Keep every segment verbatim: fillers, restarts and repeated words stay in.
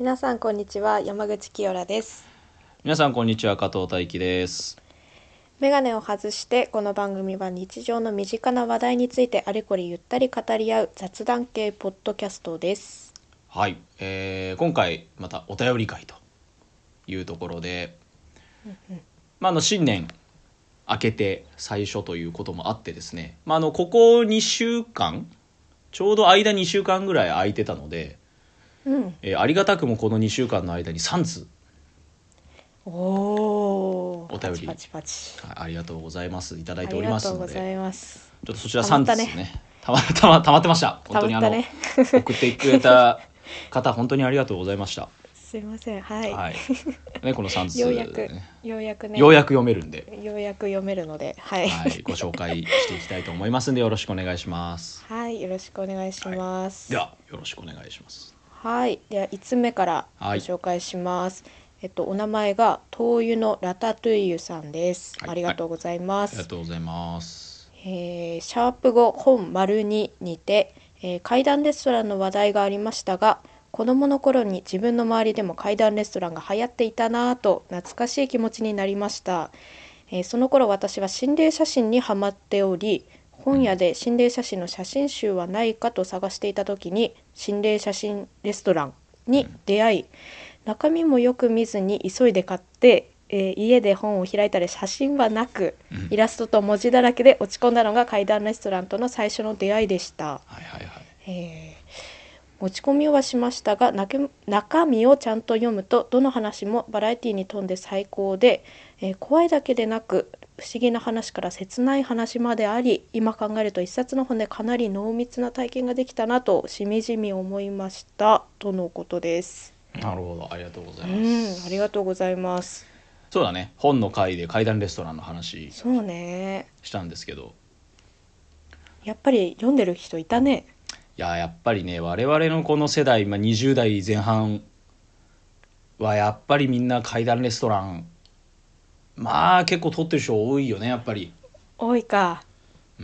皆さんこんにちは、山口清良です。 皆さんこんにちは、加藤大輝です。 メガネを外して、この番組は日常の身近な話題についてあれこれゆったり語り合う雑談系ポッドキャストです。 はい、えー今回またお便り会というところで、まあ、あの新年明けて最初ということもあってですね、まあ、あのここにしゅうかんちょうど間にしゅうかんぐらい空いてたので、 うん。 えーありがたくもこのにしゅうかんの間にさん通おー、 お便り、 パチパチパチ。 はい、ありがとうございますいただいておりありがますので、 とうございます。 ちょっとそちら3 たまったね。 通ねたまたまたまってました。本当にあのたまったね。 送ってくれた方本当にありがとうございました。 すいません。はい。 はいね、このさん通、 ようやく、 ね、 ようやくね、 ようやく読めるんで、 ようやく読めるので、はい。 はい、ご紹介していきたいと思いますんでよろしくお願いします。 はい、よろしくお願いしはい、 ます。 ではよろしくお願いします。 はい、ではいつつめからごはい、 紹介します。えっとお名前が灯油のラタトゥイユさんです。 はい、 ありがはい、 とうございまありがす。 とうございます。 えーシャープご本丸ににて、えー階段レストランの話題がありましたが、子供の頃に自分の周りでも階段レストランが流行っていたなぁと懐かしい気持ちになりました。えーその頃私は心霊写真にハマっており、本屋で心霊写真の写真集はないかと探していた時に心霊写真レストランに出会い、中身もよく見ずに急いで買って、えー家で本を開いたら写真はなく、イラストと文字だらけで落ち込んだのが階段レストランとの最初の出会いでした。 はいはいはい。 えー持ち込みはしましたが、中中身をちゃんと読むとどの話もバラエティに富んで最高で、えー怖いだけでなく不思議な話から切ない話まであり、今考えると一冊の本でかなり濃密な体験ができたなとしみじみ思いましたとのことです。 なるほど、ありがとうございまうん、ありす。 がとうございます。 そうだね、本の回で怪談レストランの話そうね。 したんですけど、 やっぱり読んでる人いたね。 いややっぱりね我々のこの世代、まあ、にじゅう代前半はやっぱりみんな怪談レストラン、まあ結構撮ってる人多いよねやっぱり。 多いか。 うん、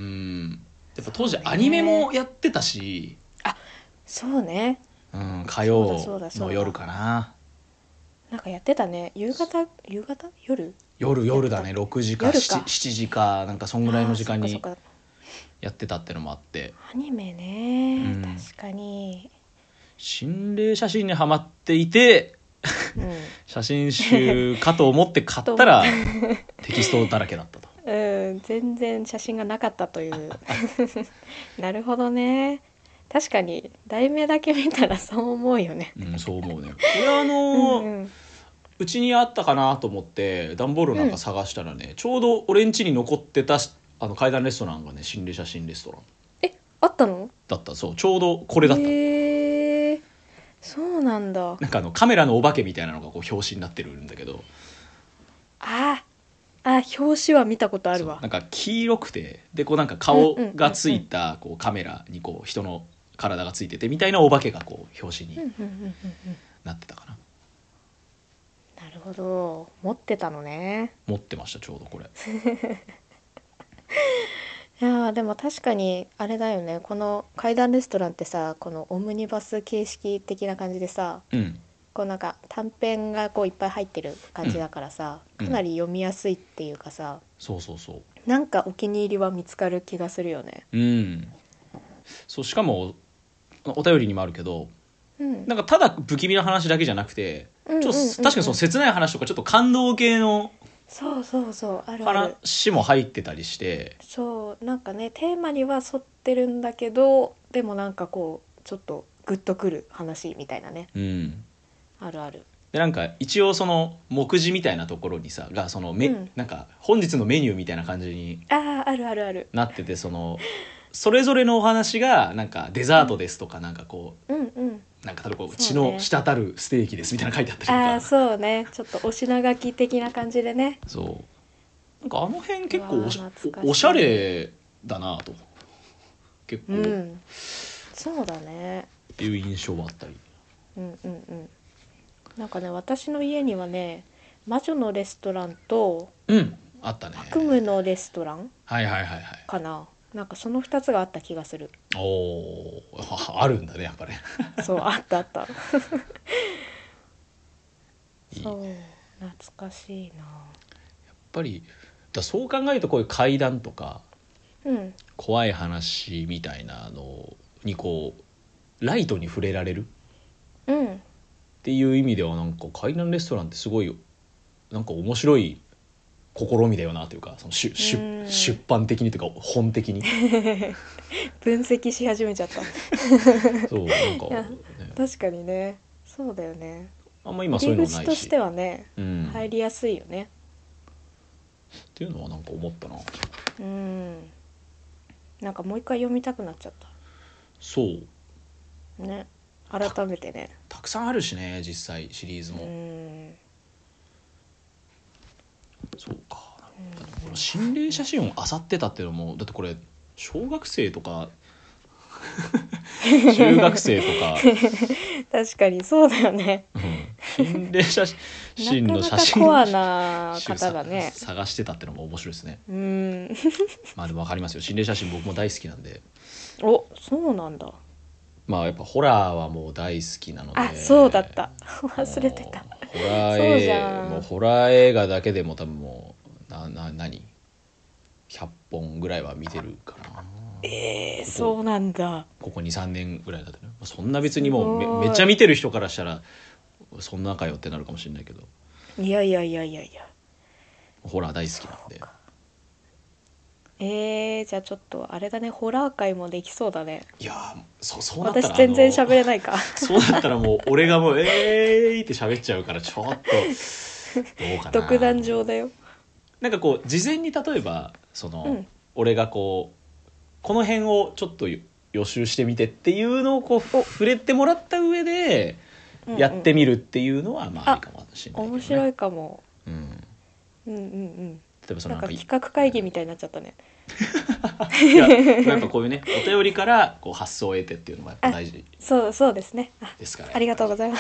やっぱ当そう時アニメね。 もやってたし、 あ、そうね。 うん、火曜そうだそうだそうだ。 の夜かな。 なんかやってたね。夕方、夕方夜夜やってたっ夜だね、ろくじかけ？夜 7, か。 7時かなんかそんぐらいのああ、 時間にそっかそっか。 やってたってのもあって、 アニメうね。 ん、 確かに。 心霊写真にはまっていてうん。 写真集かと思って買っと思ったらテキストだらけだったと。 うん、全然写真がなかったという。なるほどね。確かに題名だけ見たらそう思うよね。 うん、そう思うね。これあうんのうん。 うちにあったかなと思って段ボールなんかうん。 探したらね、ちょうど俺ん家に残ってたあの階段レストランがね心霊写真レストランえ、あったの？ だった。そうちょうどこれだったの。 へえ、そうなんだ。 なんかあのカメラのお化けみたいなのがこう表紙になってるんだけど、 ああ、表紙は見たことあるわ。 そうなんか黄色くて、でこうなんかうんうん顔がついうんうん。 たこうカメラにこう人の体がついててみたいなお化けがこう表紙にうんうんうんうんうん。 なってたかな。 なるほど。持ってたのね。 持ってましたちょうどこれ。 いやーでも確かにあれだよね。この階段レストランってさ、このオムニバス形式的な感じでさ、 うんこうなんか短編がこういっぱい入ってる感じだからさ、かなうん、 り読みやすいっていうかさ、 そうそうそなんかお気に入りは見つかる気がするよね。 う。うんそうしかもお便りにもあるけど、 うんなんかただ不気味な話だけじゃなくて、 うんうんうんちょっと確かにそのうん。 切ない話とかちょっと感動系のそうそうそう、あるある。 話も入ってたりして、 そうなんかね、テーマには沿ってるんだけど、でもなんかこうちょっとグッとくる話みたいなね。 うん、 あるある。 でなんか一応その目次みたいなところにさがそのめ、 うん。 なんか本日のメニューみたいな感じにああ、あるあるある。 なってて、そのそれぞれのお話がなんかデザートですとか、なんかこうんうん。 うなんか例えばこう血そうね。 の滴るステーキですみたいなの書いてあったりとああ、 か、 そうね。ちょっとお品書き的な感じでね。 そうなんかあの辺うわー、 結構おし懐かおおしゃしい。 れだなと結構っうん。そうだね。 ていう印象はあったり。 うんうんうん。なんかね、私の家にはね、魔女のレストランとうんあったね。 悪夢のレストランはいはいはいはい。 かな。なんかそのふたつがあった気がする。 おおああるんだねやっぱね。 そう、あったあった。 いいそう懐かしいな。 やっぱりだそう考えるとこういう怪談とかうん怖い話みたいなのにこうライトに触れられるっうんていう意味ではなんか怪談レストランってすごいなんか面白い試みだよなというか、その出出うん出版的にというか本的に分析し始めちゃった。 そうなんかいやね確かにね、そうだよね。 あんま今そういう入りのないし、 口としてはね、 うん、っ入りやすいよね。 ていうのはなんか思ったな。 うんなんかもう一回読みたくなっちゃっそうたね、改めてね。 たくさんあるしね実際シリーズうも。 んそうか、この心霊写真を漁ってたっていうのもだってこれ小学生とか中学生とか、 確かにそうだよね。 うん、心霊写真のなかなか写真コアな方だね。 さ探してたってのも面白いですね。 うんまあでも分かりますよ、心霊写真僕も大好きなんで。 おそうなんだ。 まあやっぱホラーはもう大好きなので。 あそうだった、忘れてた。 もうホラーそうじ映ゃんもうホラー映画だけでも多分もうなな何ひゃっぽんぐらいは見てるかな。 えー、 ここそうなんだ。 ここにさんねんぐらいだとね、そんな別にもうすごいめめっちゃ見てる人からしたらそんなかよってなるかもしれないけど、 いやいやいやいやいや。 ホラー大好きなんで。 えー、じゃあちょっとあれだね、ホラー界もできそうだね。 いやーそそうなったら私全然あの喋れないか。 そうだったらもう俺がもうえーいって喋っちゃうからちょっとどうかな。 独壇場だよ。 なんかこう事前に例えばその、 うん俺がこうこの辺をちょっと予習してみてっていうのをこう触れてもらった上でうんうんやってみるっていうのはまあいいかもしれないけどね。 面白いかも。 うん、 うんうんうん例えばそのなんかいなんか企画会議みたいになっちゃったね。 いややっぱこういうねお便りからこう発想を得てっていうのがやっぱ大事そうそうですね。あですからありがとうごいざいます。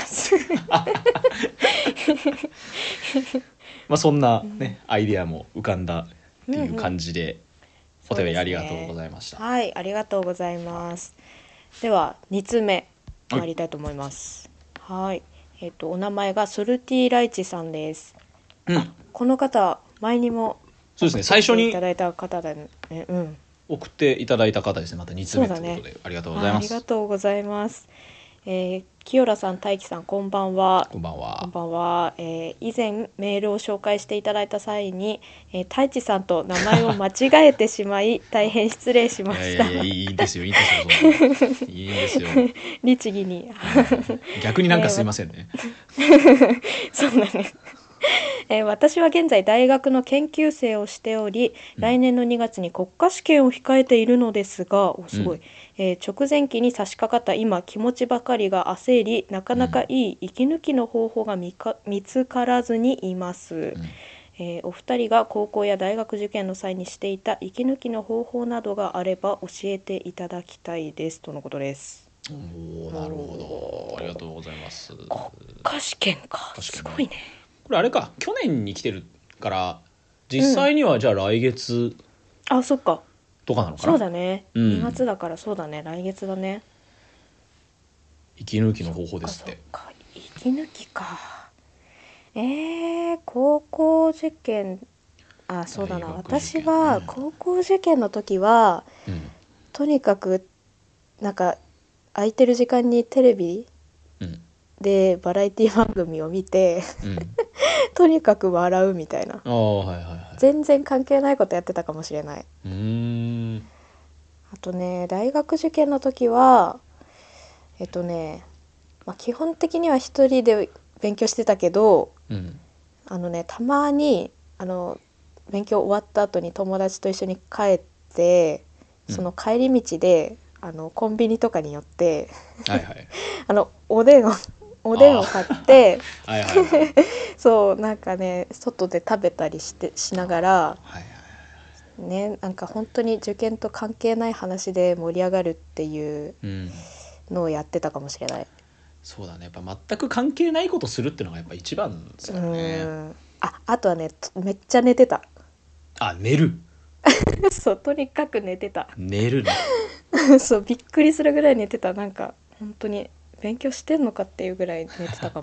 まあそんなねアイディアも浮かんだっていう感じでお便りありがとうございました。 はい、ありがとうございます。ではに通目参りたいと思います。はい、えっ、とお名前がソルティライチさんです。 うんこの方前にもそうですね最初にいただいた方だね。うん。 送っていただいた方ですね。またに通目ということで、 そうだねありがとうございまありがす。 とうございます。えー、清良さん、大輝さん、こんばんは。 こんばんこんは。 ばんは、えー以前メールを紹介していただいた際に、えー、太一さんと名前を間違えてしまい大変失礼しました。 いやいやいやいいんですよいいんですよそんないいんですよ。 律儀に逆になんかすいませんね。 そうだね。えー私は現在大学の研究生をしており、 うん来年のにがつに国家試験を控えているのですが、おすごい、 うんえー直前期に差し掛かった今、気持ちばかりが焦り、なかなかいい息抜きの方法が見か見つからずにいます。 うんえーお二人が高校や大学受験の際にしていた息抜きの方法などがあれば教えていただきたいですとのことです。 おーなるほどありがとうございます。 国家試験か、 確かにすごいね。 これあれか去年に来てるから実際にはじゃあ来月あ、そっか。 とかなのかな。 そうだね、 うんにがつだからそうだね、来月だね。 息抜きの方法ですって。 そっかそっか、息抜きか。えー、高校受験、あそうだな、 大学受験私は高校受験の時はうんとにかくなんか空いてる時間にテレビうんでバラエティ番組を見てうんとにかく笑うみたいな、 ああはいはいはい。 全然関係ないことやってたかもしれない。 うーんあとね、大学受験の時はえっとね、まあ、基本的には一人で勉強してたけど、 うんあのね、たまにあの勉強終わった後に友達と一緒に帰って、 うんその帰り道であのコンビニとかに寄ってはいはいあのおでんをおでんを買ってはいはいはいはいそうなんかね外で食べたりしてしながらはいね、なんか本当に受験と関係ない話で盛り上がるっていううんのをやってたかもしれない。 そうだねやっぱ全く関係ないことするっていうのがやっぱ一番ですうからね。 んああとはねとめっちゃ寝てた。 あ寝るそうとにかく寝てた。 寝るね。 そうびっくりするぐらい寝てた。なんか本当に勉強してんのかっていうぐらい寝てたかも。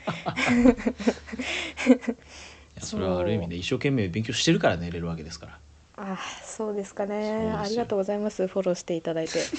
やそれはある意味ね一生懸命勉強してるから寝れるわけですから。 あ、そうですかそうね。 ですよありがとうございます。フォローしていただいて。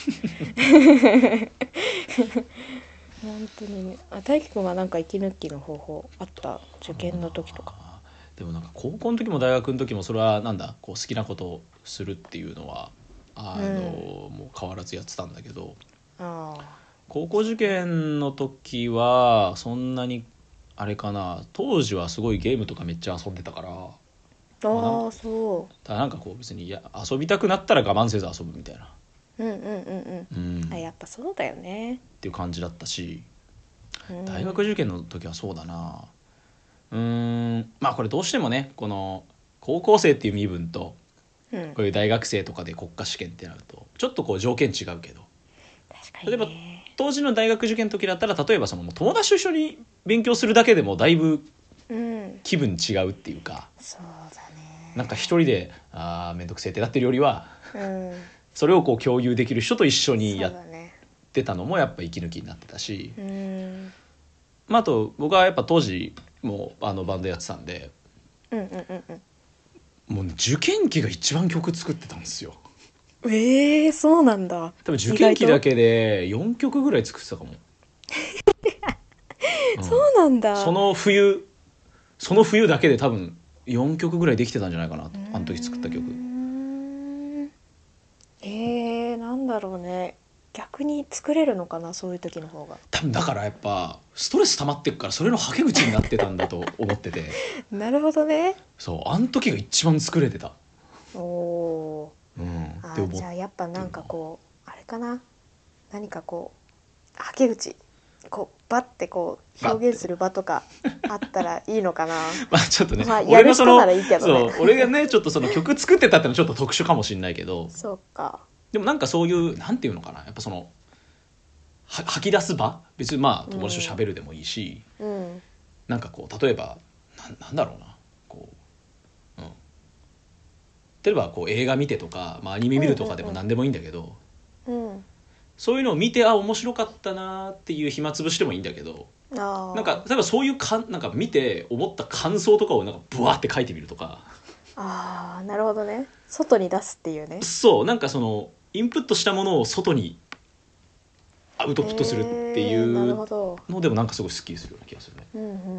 本当にね。あ、大輝くんはなんか息抜きの方法あった？受験の時とか。 あーでもなんか高校の時も大学の時もそれはなんだこう好きなことをするっていうのはあの、 うん、 もう変わらずやってたんだけど、 あ高校受験の時はそんなにあれかな、当時はすごいゲームとかめっちゃ遊んでたから、 あ、 まあ、なんああ、そただなんかこう別にいや遊びたくなったら我慢せず遊ぶみたいな、 う。うんうんうんううん。あ、 ん、 やっぱそうだよね。 っていう感じだったし、 うん、 大学受験の時はそうだな、うーんまあこれどうしてもねこの高校生っていう身分とうん、 こういう大学生とかで国家試験ってなるとちょっとこう条件違うけど、 確か例えばにね。 当時の大学受験の時だったら例えばそのもう友達と一緒に勉強するだけでもだいぶうん、 気分違うっていうか、 そうだなんかね。 一人であーめんどくせえってなってるよりはうん、 それをこう共有できる人と一緒にそやっうだね。 てたのもやっぱ息抜きになってたし、 うん、 まあ、あと僕はやっぱ当時もうあのバンドやってたんで、 うんうんうんうん。 もうね受験期が一番曲作ってたんですよ。 ええー、そうなんだ。 多分受意外と。 験期だけでよんきょくぐらい作ってたかも、うそん、 うなんだ。 その冬その冬だけで多分よんきょくぐらいできてたんじゃないかな、 うーあの時作った曲。 ん。えー、なんだろうね。逆に作れるのかな、そういう時の方が。 多分だからやっぱストレス溜まってっからそれのはけ口になってたんだと思ってて、 なるほどね。 そうあの時が一番作れてた、 おおうんっー。あー、 て思ってじゃあやっぱなんかるな。 こうあれかな。何かこうはけ口、こうバッてこうバッて表現する場とかあったらいいのかな。 まあちょっとね、 まあや俺のそのる人ならいいけどね。 そう俺がねちょっとその曲作ってたってのはちょっと特殊かもしれないけど、 そうか。 でもなんかそういうなんていうのかな、やっぱそのは吐き出す場、別にまあ友達と喋るでもいいし、 うん。 なんかこう例えばななんだろうなこう、うん、例えばこう映画見てとか、まあ、アニメ見るとかでも何でもいいんだけど、 うんうん。 そういうのを見てあ面白かったなっていう暇つぶしでもいいんだけど、 あなんか例えばそういうかなんか見て思った感想とかをなんかブワーって書いてみるとか、 あ、ああ、なるほどね。外に出すっていうね。 そうなんかそのインプットしたものを外にアウトプットするっていえー、なるうほど。 のでもなんかすごいスッキリするような気がするね。 うんうんうんうん。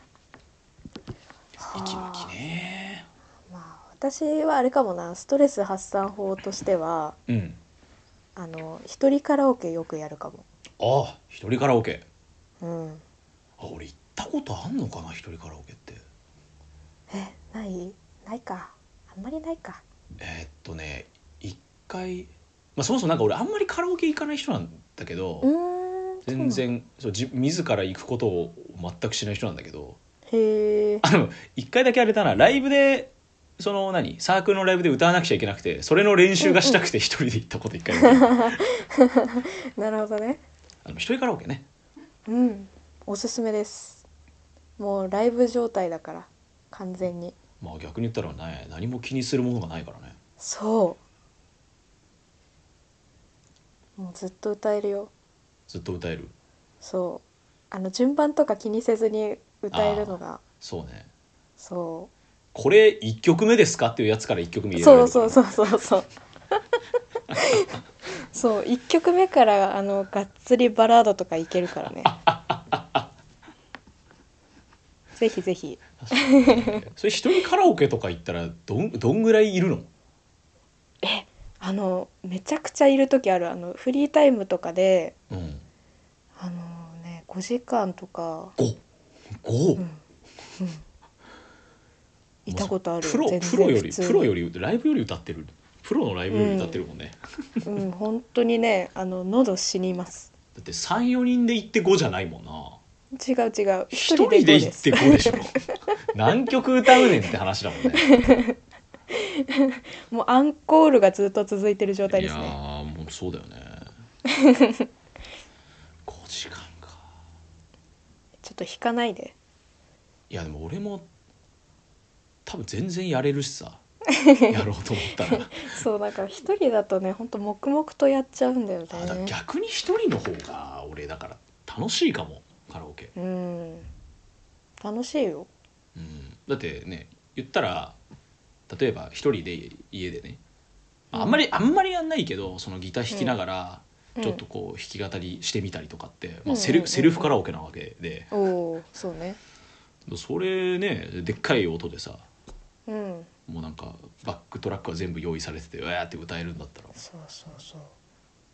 息抜きはあ。 ね。 まあ私はあれかもな、ストレス発散法としてはうん。 あの一人カラオケよくやるかも。 ああ一人カラオケ。 うん。 あ俺行ったことあんのかな一人カラオケって。 え、ないないか。あんまりないか。 えーっとね一回、まあ、そもそもなんか俺あんまりカラオケ行かない人なんだけうど、 ーん、そう全なんだ。 然そうじ自ら行くことを全くしない人なんだけど、 へえ。 あの一回だけあれだな、ライブでその何サークルのライブで歌わなくちゃいけなくてそれの練習がしたくて一人で行ったこと一回だけ、 なるほどね。 あの一人カラオケね。 うん。おすすめです。もうライブ状態だから完全に。 まあ逆に言ったらね何も気にするものがないからね。 そう。もうずっと歌えるよ。 ずっと歌える。 そう。あの順番とか気にせずに歌えるああのが、 そうね、 そこれいっきょくめですかっていうやつからいっきょくめう。 入れられそうるからね。 そうそうそうそう。そう、いっきょくめからあのがっつりバラードとかいけるからね。ぜひぜひ。 確かにねそれ一人カラオケとか行ったらどんどんぐらいいるの？ あのめちゃくちゃいる時ある。あのフリータイムとかでうんあのねごじかんとか、 ごご、 うんうん、いたことあるプロよ全プロより然普通に。 プロよりライブより歌ってる、プロのライブより歌ってるもんね、 うん、本当にね、あの喉死にます。 だってさんよにんで行ってごじゃないもんな。 違う違う、一一人でごです。 人で行ってごでしょ何曲歌うねんって話だもんね。 もうアンコールがずっと続いてる状態いやですね。 ーもうそうだよねごじかんか。 ちょっと引かないで。 いやでも俺も多分全然やれるしさやろうと思ったらそうだから一人だとね、ほんと黙々とやっちゃうんだよあだからね。 逆に一人の方が俺だから楽しいかも。 カラオケ。 うん、楽しいよ。 うん、だってね言ったら例えば一人で家でね、あんまり、うん、あんまりやんないけどそのギター弾きながらちょっとこう弾き語りしてみたりとかって、うんまあ、セル、セルフカラオケなわけで、 おお、そうね。 それねでっかい音でさ、 うん、 もうなんかバックトラックは全部用意されててわーって歌えるんだったらそうそうそう、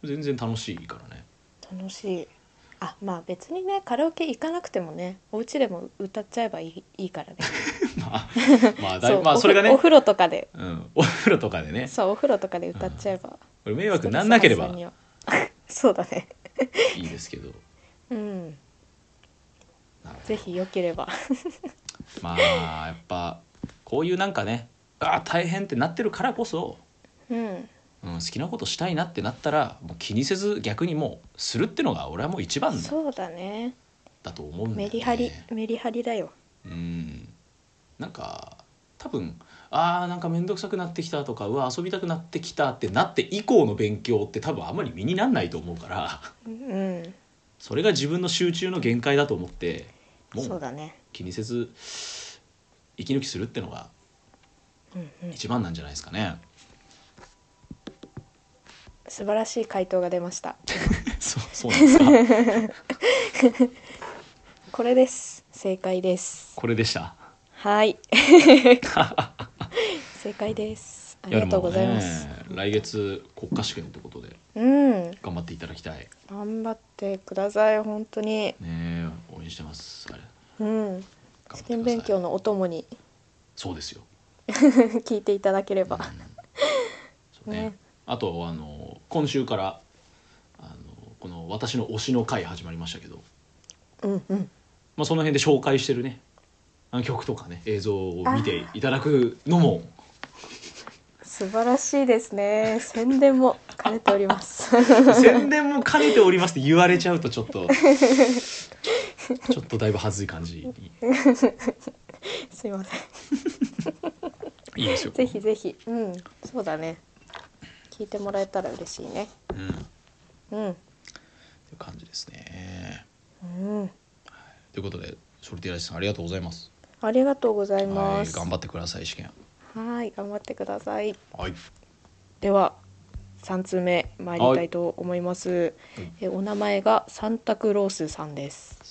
全然楽しいからね。 楽しい。あ、まあ別にねカラオケ行かなくてもねお家でも歌っちゃえばいい、いいからね。 まあまあだそう、 まあそれがねお風呂とかで、 うん、お風呂とかでね、 そうお風呂とかで歌っちゃえば、 これ迷惑なんなければそうだねいいですけどうん、 なるほど。 ぜひよければまあやっぱこういうなんかねあ大変ってなってるからこそ、 うん、 うん、好きなことしたいなってなったらもう気にせず逆にもうするってのが俺はもう一番そうだね。 だと思うんだよね。 メリハリメリハリだよ。 うんなんか多分あーなんか面倒くさくなってきたとかうわ遊びたくなってきたってなって以降の勉強って多分あんまり身になんないと思うからうん、 それが自分の集中の限界だと思ってもうそうだね。 気にせず息抜きするってのがうんうん、 一番なんじゃないですかね。 素晴らしい回答が出ました。 そうそうなんですか。 これです。正解です。 これでした。 はい正解です。ありがとうございます。 ね、来月国家試験ってことでうん頑張っていただきたい。 頑張ってください本当に。 ね応援してます。あれうん試験勉強のお供にそうですよ聞いていただければ、うん、 そうね、 ね、 あとあの今週からあのこの私の推しの会始まりましたけど、 うんうん、 まあ、その辺で紹介してるねあの曲とかね映像を見ていただくのも素晴らしいですね。宣伝も兼ねております宣伝も兼ねておりますって言われちゃうとちょっとちょっとだいぶ恥ずい感じにすいませんいいですよ。 ぜひぜひ、うん、そうだね。聞いてもらえたら嬉しいね。 うん、 うん、 という感じですね。 うん、 ということでソルティライスさんありがとうございます。 ありがとうございはい、 ます。 頑張ってください試験。 はい、頑張ってください。 はい。 ではさん通目参りたいと思います。 はい、 えお名前がサンタクロースさんです。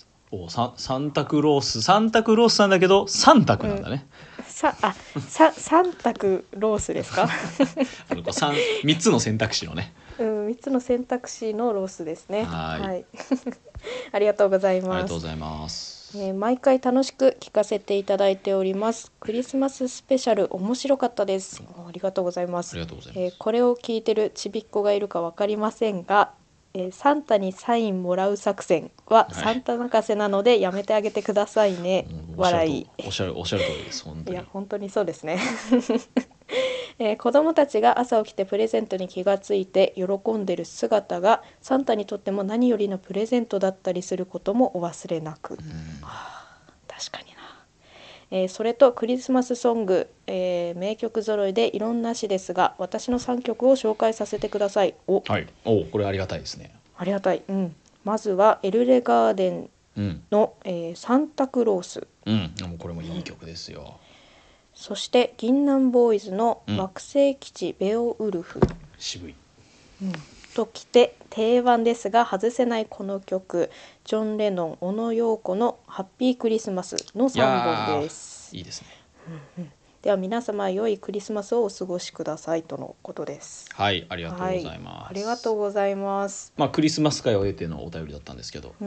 おササンタクロースサンタクロースさんだけどサンタクなんだね。 うん、さあさサンタクロースですかあの三三つの選択肢のね。 うん、三つの選択肢のロースですね。 はい。はいありがとうございます。 ありがとうございます。 えー、毎回楽しく聞かせていただいております。クリスマススペシャル面白かったです。ありがとうございます。 ありがとうございます。 えー、これを聞いてるちびっ子がいるかわかりませんが、えー、サンタにサインもらう作戦はサンタ泣かせなのでやめてあげてくださいね。 はい、 笑い。 おっしゃるおっしゃる通りです本当に。 いや本当にそうですね。えー、子どもたちが朝起きてプレゼントに気がついて喜んでる姿がサンタにとっても何よりのプレゼントだったりすることもお忘れなく。はあ、確かにな。えー、それとクリスマスソング、えー、名曲揃いでいろんな詩ですが私のさんきょくを紹介させてください。お、 はい、おこれありがたいですね。 ありがたい、うん、まずはエルレガーデンの、うん、えー、サンタクロース、 うん、もうこれもいい曲ですよ。 そして銀杏ボーイズの惑星基地ベオウルフ、うん、 渋い、 うん、ときて定番ですが外せないこの曲ジョン・レノン小野陽子のハッピークリスマスのさんぼんです。 いいですね、 うんうん、では皆様良いクリスマスをお過ごしくださいとのことです。 はいありがとうございます、はい、 ありがとうございます。 まあクリスマス会を得てのお便りだったんですけど、 うん、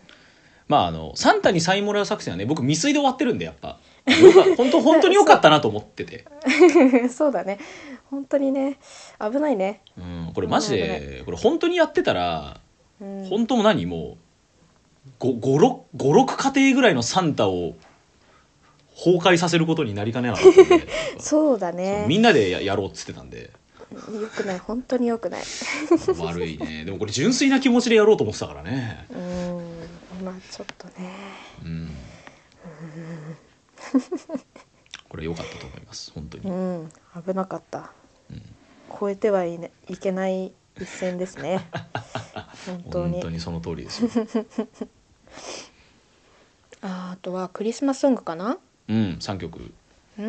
まああのサンタにサインもらう作戦はね僕未遂で終わってるんでやっぱ本当本当に良かったなと思っててそうだね本当にね危ないね、 うん、これマジでこれ本当にやってたら、うん、本当も何もうごろく家庭ぐらいのサンタを崩壊させることになりかねなかったんでそうだねみんなで や, やろうっつってたんでよくない本当によくない悪いね。でもこれ純粋な気持ちでやろうと思ってたからね。 うんまあちょっとねうんこれ良かったと思います本当に、 うん、危なかった、うん、超えてはい、ね、いけない一線ですね本当に本当にその通りですよあ、あとはクリスマスソングかな。 うんさんきょく。 うん、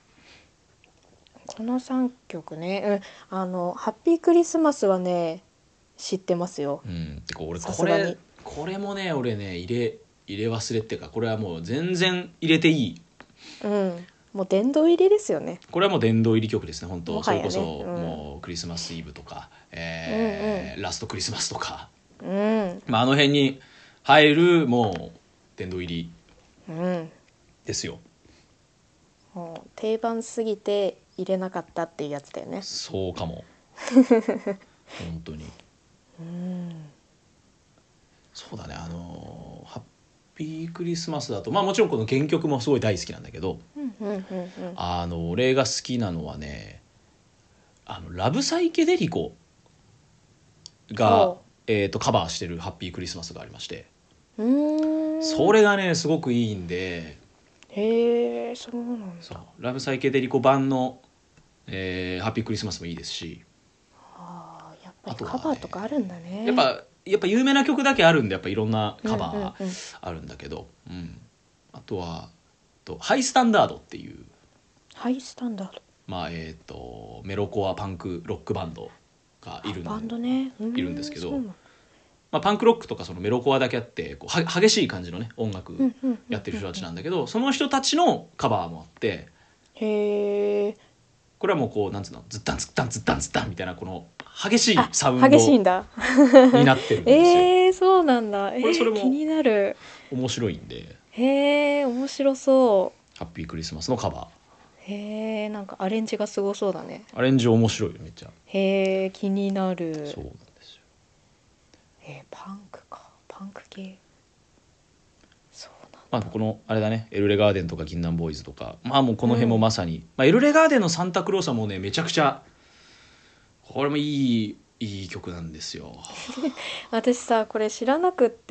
このさんきょくね、うん、あのハッピークリスマスはね知ってますよ。 うんてか俺さすがに。 これこれもね俺ね入れ入れ忘れっていうか、これはもう全然入れていい。 うん、もう殿堂入りですよね。 これはもう殿堂入り曲ですね本当。そもはやね。 れこそうん、 もうクリスマスイブとか、 うんえーラストクリスマスとか、 うんうんまあ、あの辺に入るもう殿堂入りうん、 ですよ。 もう定番すぎて入れなかったっていうやつだよね。 そうかも本当に。 うんそうだねあのハッピークリスマスだとまあもちろんこの原曲もすごい大好きなんだけど、 うんうんうんうん。 あの俺が好きなのはね、あのラブサイケデリコが、 ほえー、とカバーしてるハッピークリスマスがありまして、 う。うーん。 それがねすごくいいんで、 へえ、そうなんそうだ。 ラブサイケデリコ版の、えーハッピークリスマスもいいですし、 ああ、やっぱりあとはねカバーとかあるんだね。 やっぱやっぱ有名な曲だけあるんで、やっぱいろんなカバうんうんうん。 ーあるんだけど、うんあとはとハイスタンダードっていう、 ハイスタンダード。 まあえー、とメロコアパンクロックバンドがいるバンドんね。うーんいるんですけど、 そうなんだ。 まあ、パンクロックとかそのメロコアだけあってこうは激しい感じのね音楽うんうんうんうんやってる人たちなんだけど、その人たちのカバーもあって、 へえ。 これはもうこうなんつうのズッタンズッタンズッタンズッタンみたいなこの激しいあ、 サウンド激しいんだ。 になってるんですよ。 えー、そうなんだ。えこれそれもー、気になる。 面白いんで、 へえ、面白そハッピークリスマスのカバう。へえ、なんかアレンジがすごそうだね。 ーアレンジ面白いよめっちゃ。 へえ、気になる。 そうなんですよ。 えー、パンクか。パンク系。そうなんまあ、このあれだねエルレガーデンとか銀杏ボーイズとか、まあもうこの辺もうんまさに、まあ、エルレガーデンのサンタクロースはもうねめちゃくちゃこれもいいいい曲なんですよ。 私さ、これ知らなくって、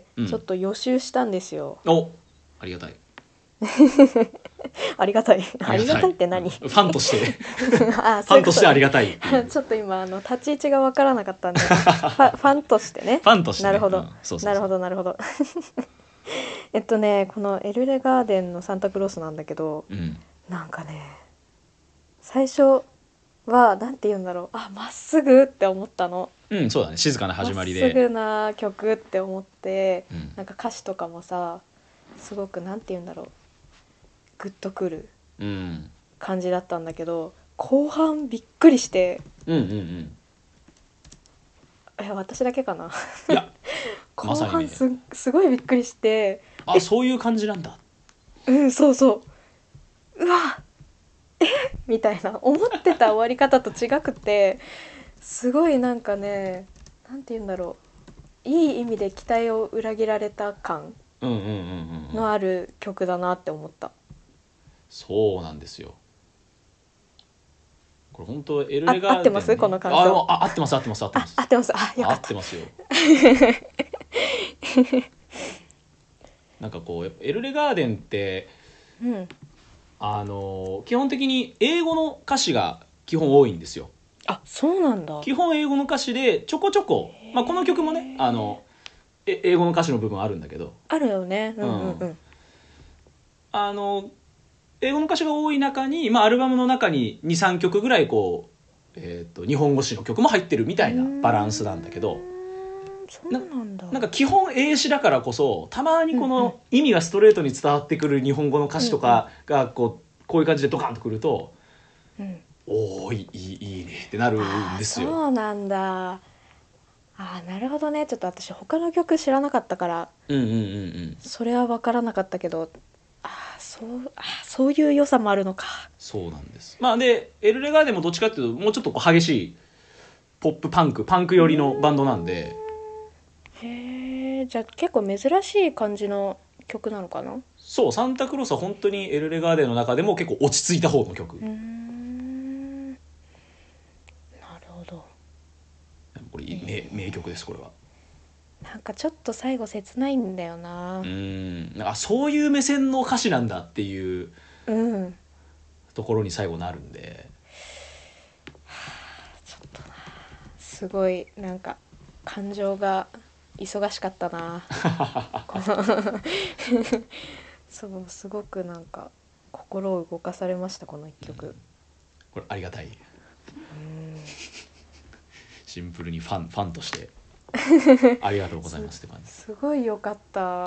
うんちょっと予習したんですよ。 おありがたいありがたい。ありがありがたいたいって何？ うんファンとしてあ、 ファンとしてありがたいっていたい。 うちょっと今あの立ち位置がわからなかったんで、ファ、ファンとしてね。 ファンとしてねなるほど、 うんそうそうそうなるほど、なるほど。えっとね、このエルレガーデンのサンタクロースなんだけど、 うんなんかね、最初はなんて言うんだろう、あ、まっすぐって思ったの。 うんそうだね静かな始まりで、 まっすぐな曲って思って、 うんなんか歌詞とかもさ、すごくなんて言うんだろう、グッとくるうん、 感じだったんだけど、後半びっくりして、 うんうんうんえ、私だけかな。 いや後まさにね半す、すごいびっくりして、 あそういう感じなんだ。 うん、そうそう、うわ、みたいな、思ってた終わり方と違くて、すごいなんかね、なんて言うんだろう、いい意味で期待を裏切られた感うんうんうんうんうんのある曲だなって思った。 そうなんですよ。これ本当エルあ、 レガーデン、ね、 合ってますこの感想。 ああ合ってます合ってます合ってまあ、 す合ってます。あ、よかった。 合ってますよ。なんかこうやっぱエルレガーデンってうん。 あの基本的に英語の歌詞が基本多いんですよ。 あ、そうなんだ。 基本英語の歌詞でちょこちょこ、まあ、この曲もねあのえ英語の歌詞の部分あるんだけど、 あるよね。うんうんうん。 あの英語の歌詞が多い中に、まあ、アルバムの中ににさんきょくぐらいこう、えー、と日本語詞の曲も入ってるみたいなバランスなんだけど、 うーん、そうなんだ。 なんか基本英詞だからこそたまにこうんうんの意味がストレートに伝わってくる日本語の歌詞とかがこうこういう感じでドカンとくると、 うん。 おおいいいいいいねってなるああ、 んですよ。 そうなんだ。ああ、なるほどね。ちょっと私他の曲知らなかったからうんうんうんうんそれは分からなかったけど、ああ、そう、ああ、そういう良さもあるのか。 そうなんです。まあでエルレガーデンもどっちかっていうともうちょっとこう激しいポップパンクパンク寄りのバンドなんで、 へえ、じゃあ結構珍しい感じの曲なのかな。うそうサンタクロースは本当にエルレガーデンの中でも結構落ち着いた方の曲。 ーん、なるほど。 これ名名曲ですこれは。 なんかちょっと最後切ないんだよな。 うーんあそういう目線の歌詞なんだっていううん、 ところに最後なるんで、 すごいなんか感情が忙しかったなこのそうすごくなんか心を動かされましたこの一曲、うん、 これありがたい。 うんシンプルにファンファンとしてありがとうございますって感じす。すごい良かった、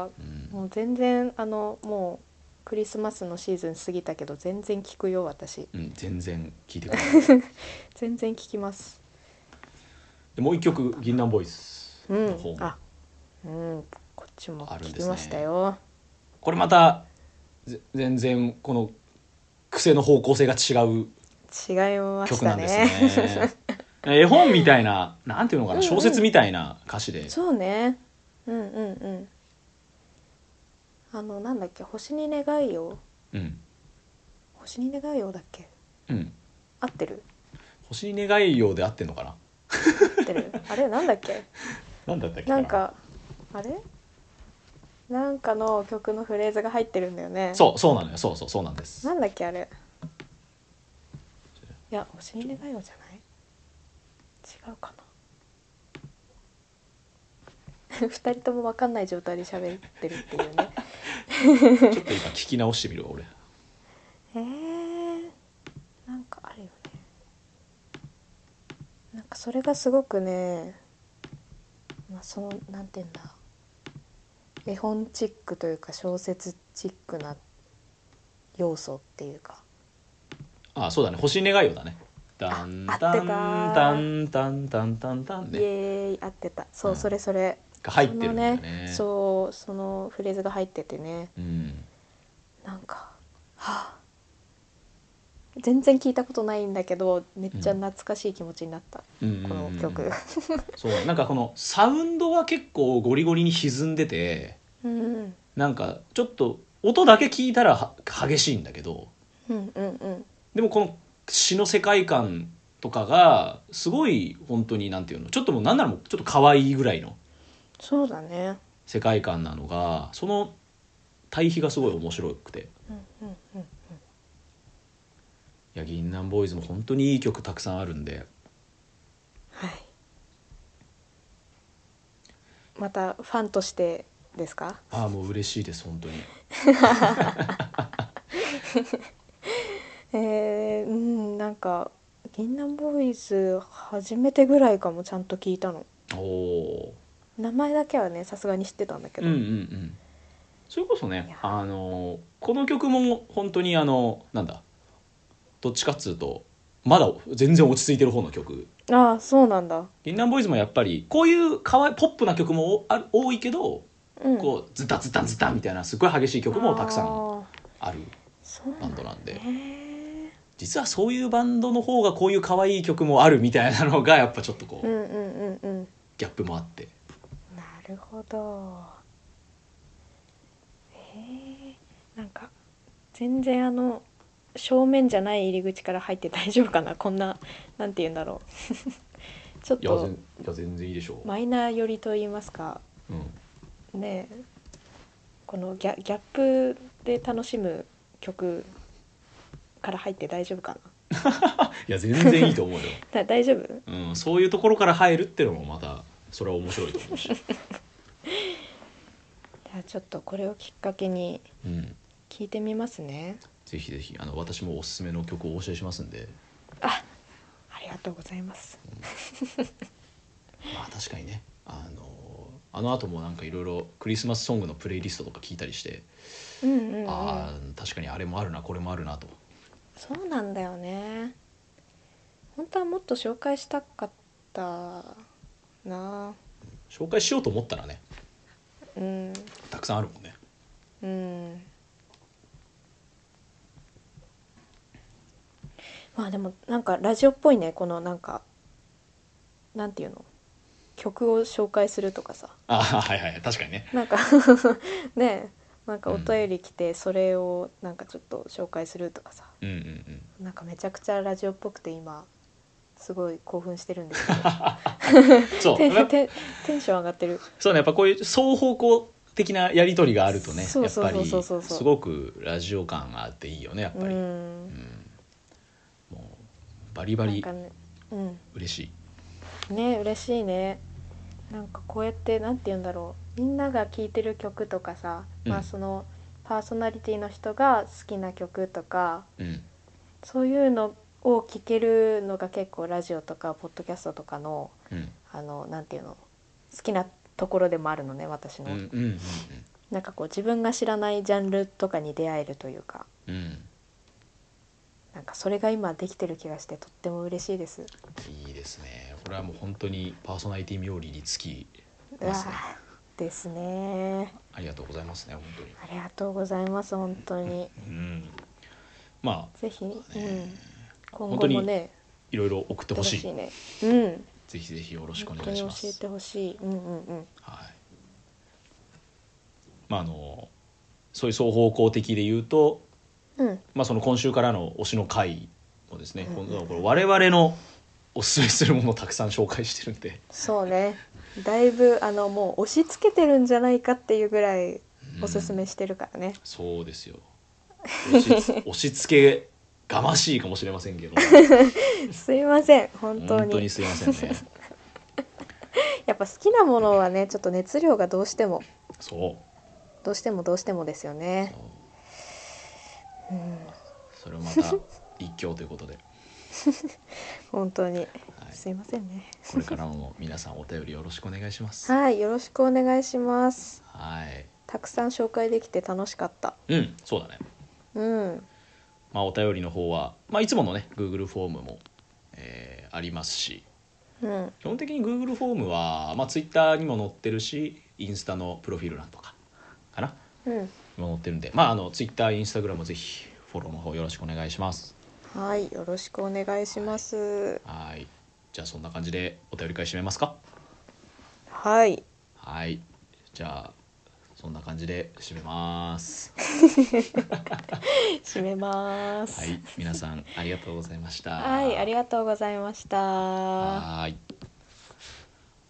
うん、 もう全然あのもうクリスマスのシーズン過ぎたけど全然聞くよ私、 うん、全然聞いてくれない全然聞きます。 でもう一曲銀杏ボーイズうんの方もあうんこっちもあるんですね。 聞きましたよ。 これまた全然この癖の方向性が違う違いました曲なんですねね絵本みたいな、なんていうのかな、 うんうん小説みたいな歌詞で。 そうねうんうんうんあのなんだっけ星に願いをうん星に願いをだっけうん合ってる星に願いようで合ってんのかな。 合ってるあれなんだっけなんだったっけなんかあれなんかの曲のフレーズが入ってるんだよね。 そうそうなのよ、そうそうそうなんです。 なんだっけあれいや星に願いをじゃない違うかなふたりとも分かんない状態で喋ってるっていうねちょっと今聞き直してみるわ俺。 えー、なんかあるよね。なんかそれがすごくね、まあ、そのなんていうんだ絵本チックというか小説チックな要素っていうか。 ああそうだね、星に願いようだね。タあン合ってたタンタンタンタンタンタンイエねーイ合ってたそう、 うんそれそれが入ってるんだよそのね。 そうそのフレーズが入っててね、 うんなんかはあ全然聞いたことないんだけどめっちゃ懐かしい気持ちになった、 うんこの曲そうなんかこのサウンドは結構ゴリゴリに歪んでて、 うんなんかちょっと音だけ聞いたらは激しいんだけど、 うんうんうんでもこの詩の世界観とかがすごい本当になんていうの、ちょっともうなんならもうちょっと可愛いぐらいのそうだね世界観なのが、その対比がすごい面白くて、 うんうんうんいや銀杏ボーイズも本当にいい曲たくさんあるんで、 はいまたファンとしてですか。 ああもう嬉しいです本当に。 えー、うんなんか銀杏ボーイズ初めてぐらいかもちゃんと聞いたの。 おお名前だけはねさすがに知ってたんだけど、 うんうんうん、それこそねいやあのこの曲も本当にあのなんだどっちかっつうとまだ全然落ち着いてる方の曲。 ああそうなんだ。 銀杏ボーイズもやっぱりこういうかわいポップな曲もある多いけど、 うんこうズタズタズタみたいなすごい激しい曲もたくさんああるそうバンドなんで、 ね実はそういうバンドの方がこういう可愛い曲もあるみたいなのがやっぱちょっとこう、 うんうんうんうんギャップもあって。 なるほど。へえなんか全然あの正面じゃない入り口から入って大丈夫かなこんななんて言うんだろうちょっといや全いや全然いいでしょマイナー寄りと言いますかう、うん、 ねえこのギャ、ギャップで楽しむ曲から入って大丈夫かいや全然いいと思うよ、 なだ大丈夫うん、そういうところから入るっていうのもまたそれは面白いと思うし、 じゃあちょっとこれをきっかけにうん、 聞いてみますね。 ぜひぜひあの私もおすすめの曲をお教えしますんで。 あありがとうございます。 まあ確かにねあのあの後もなんかいろいろクリスマスソングのプレイリストとか聞いたりして、 うんうんうんああ確かにあれもあるなこれもあるなと。 そうなんだよね。本当はもっと紹介したかったな。 紹介しようと思ったらねうんたくさんあるもんね。 うんまあでもなんかラジオっぽいねこのなんかなんていうの曲を紹介するとかさああはいはい確かにね。 なんかねなんかお便り来てそれをなんかちょっと紹介するとかさ、 うんうんうんなんかめちゃくちゃラジオっぽくて今すごい興奮してるんですけどそうテやっぱンテンテンション上がってる。 そうねやっぱこういう双方向的なやり取りがあるとねそうそうそうやっぱりそうそうそうすごくラジオ感があっていいよねやっぱり、 ううんんもうバリバリなんかねうん嬉しい。 ね嬉しいね。 なんかこうやってなんて言うんだろう、みんなが聴いてる曲とかさ、 うんまあそのパーソナリティの人が好きな曲とかうんそういうのを聴けるのが結構ラジオとかポッドキャストとかのうんあのなんていうの好きなところでもあるのね、私の。 うんうんうんなんかこう自分が知らないジャンルとかに出会えるというか、 うんうんなんかそれが今できてる気がしてとっても嬉しいです。 いいですね。これはもう本当にパーソナリティ冥利につきうわますね。 ーですね。 ありがとうございますね本当に。 ありがとうございます本当に。 うんまぜひ、 あね、 うん、今本当に後もねいろいろ送ってほしい。 新しいね、うん、 ぜひぜひよろしくお願本当に教いします。 えてほしい。うんうんうん。 はい。まああのそういう双方向的で言うと、 うんまあその今週からの推しの回もですね、 うんうんうん今度はこれ我々のおすすめするものをたくさん紹介してるんで、 そうね、だいぶあのもう押し付けてるんじゃないかっていうぐらいおすすめしてるからね。 そうですよ。押しつ押し付けがましいかもしれませんけど、 すいません本当に。 本当にすいませんね。 やっぱ好きなものはねちょっと熱量がどうしてもそうどうしてもどうしてもですよね。 そううんそれをまた一興ということで、 本当に、 はい、 すいませんね。 これからも皆さんお便りよろしくお願いします。 はい、よろしくお願いします。 はい。 たくさん紹介できて楽しかった。 うんそうだね。 うんまあお便りの方は、まあ、いつものね Google フォームも、えーありますし、 うん基本的に Google フォームは、まあ、Twitter にも載ってるしインスタのプロフィール欄とかかなうんにも載ってるんで、まあ、あの Twitter、Instagram もぜひフォローの方よろしくお願いします。 はい、よろしくお願いします。 はいじゃあそんな感じでお便り会締めますか。 はい、 はいじゃあそんな感じで締めます締めます。 はい皆さんありがとうございました。 はい、ありがとうございました。 はーい。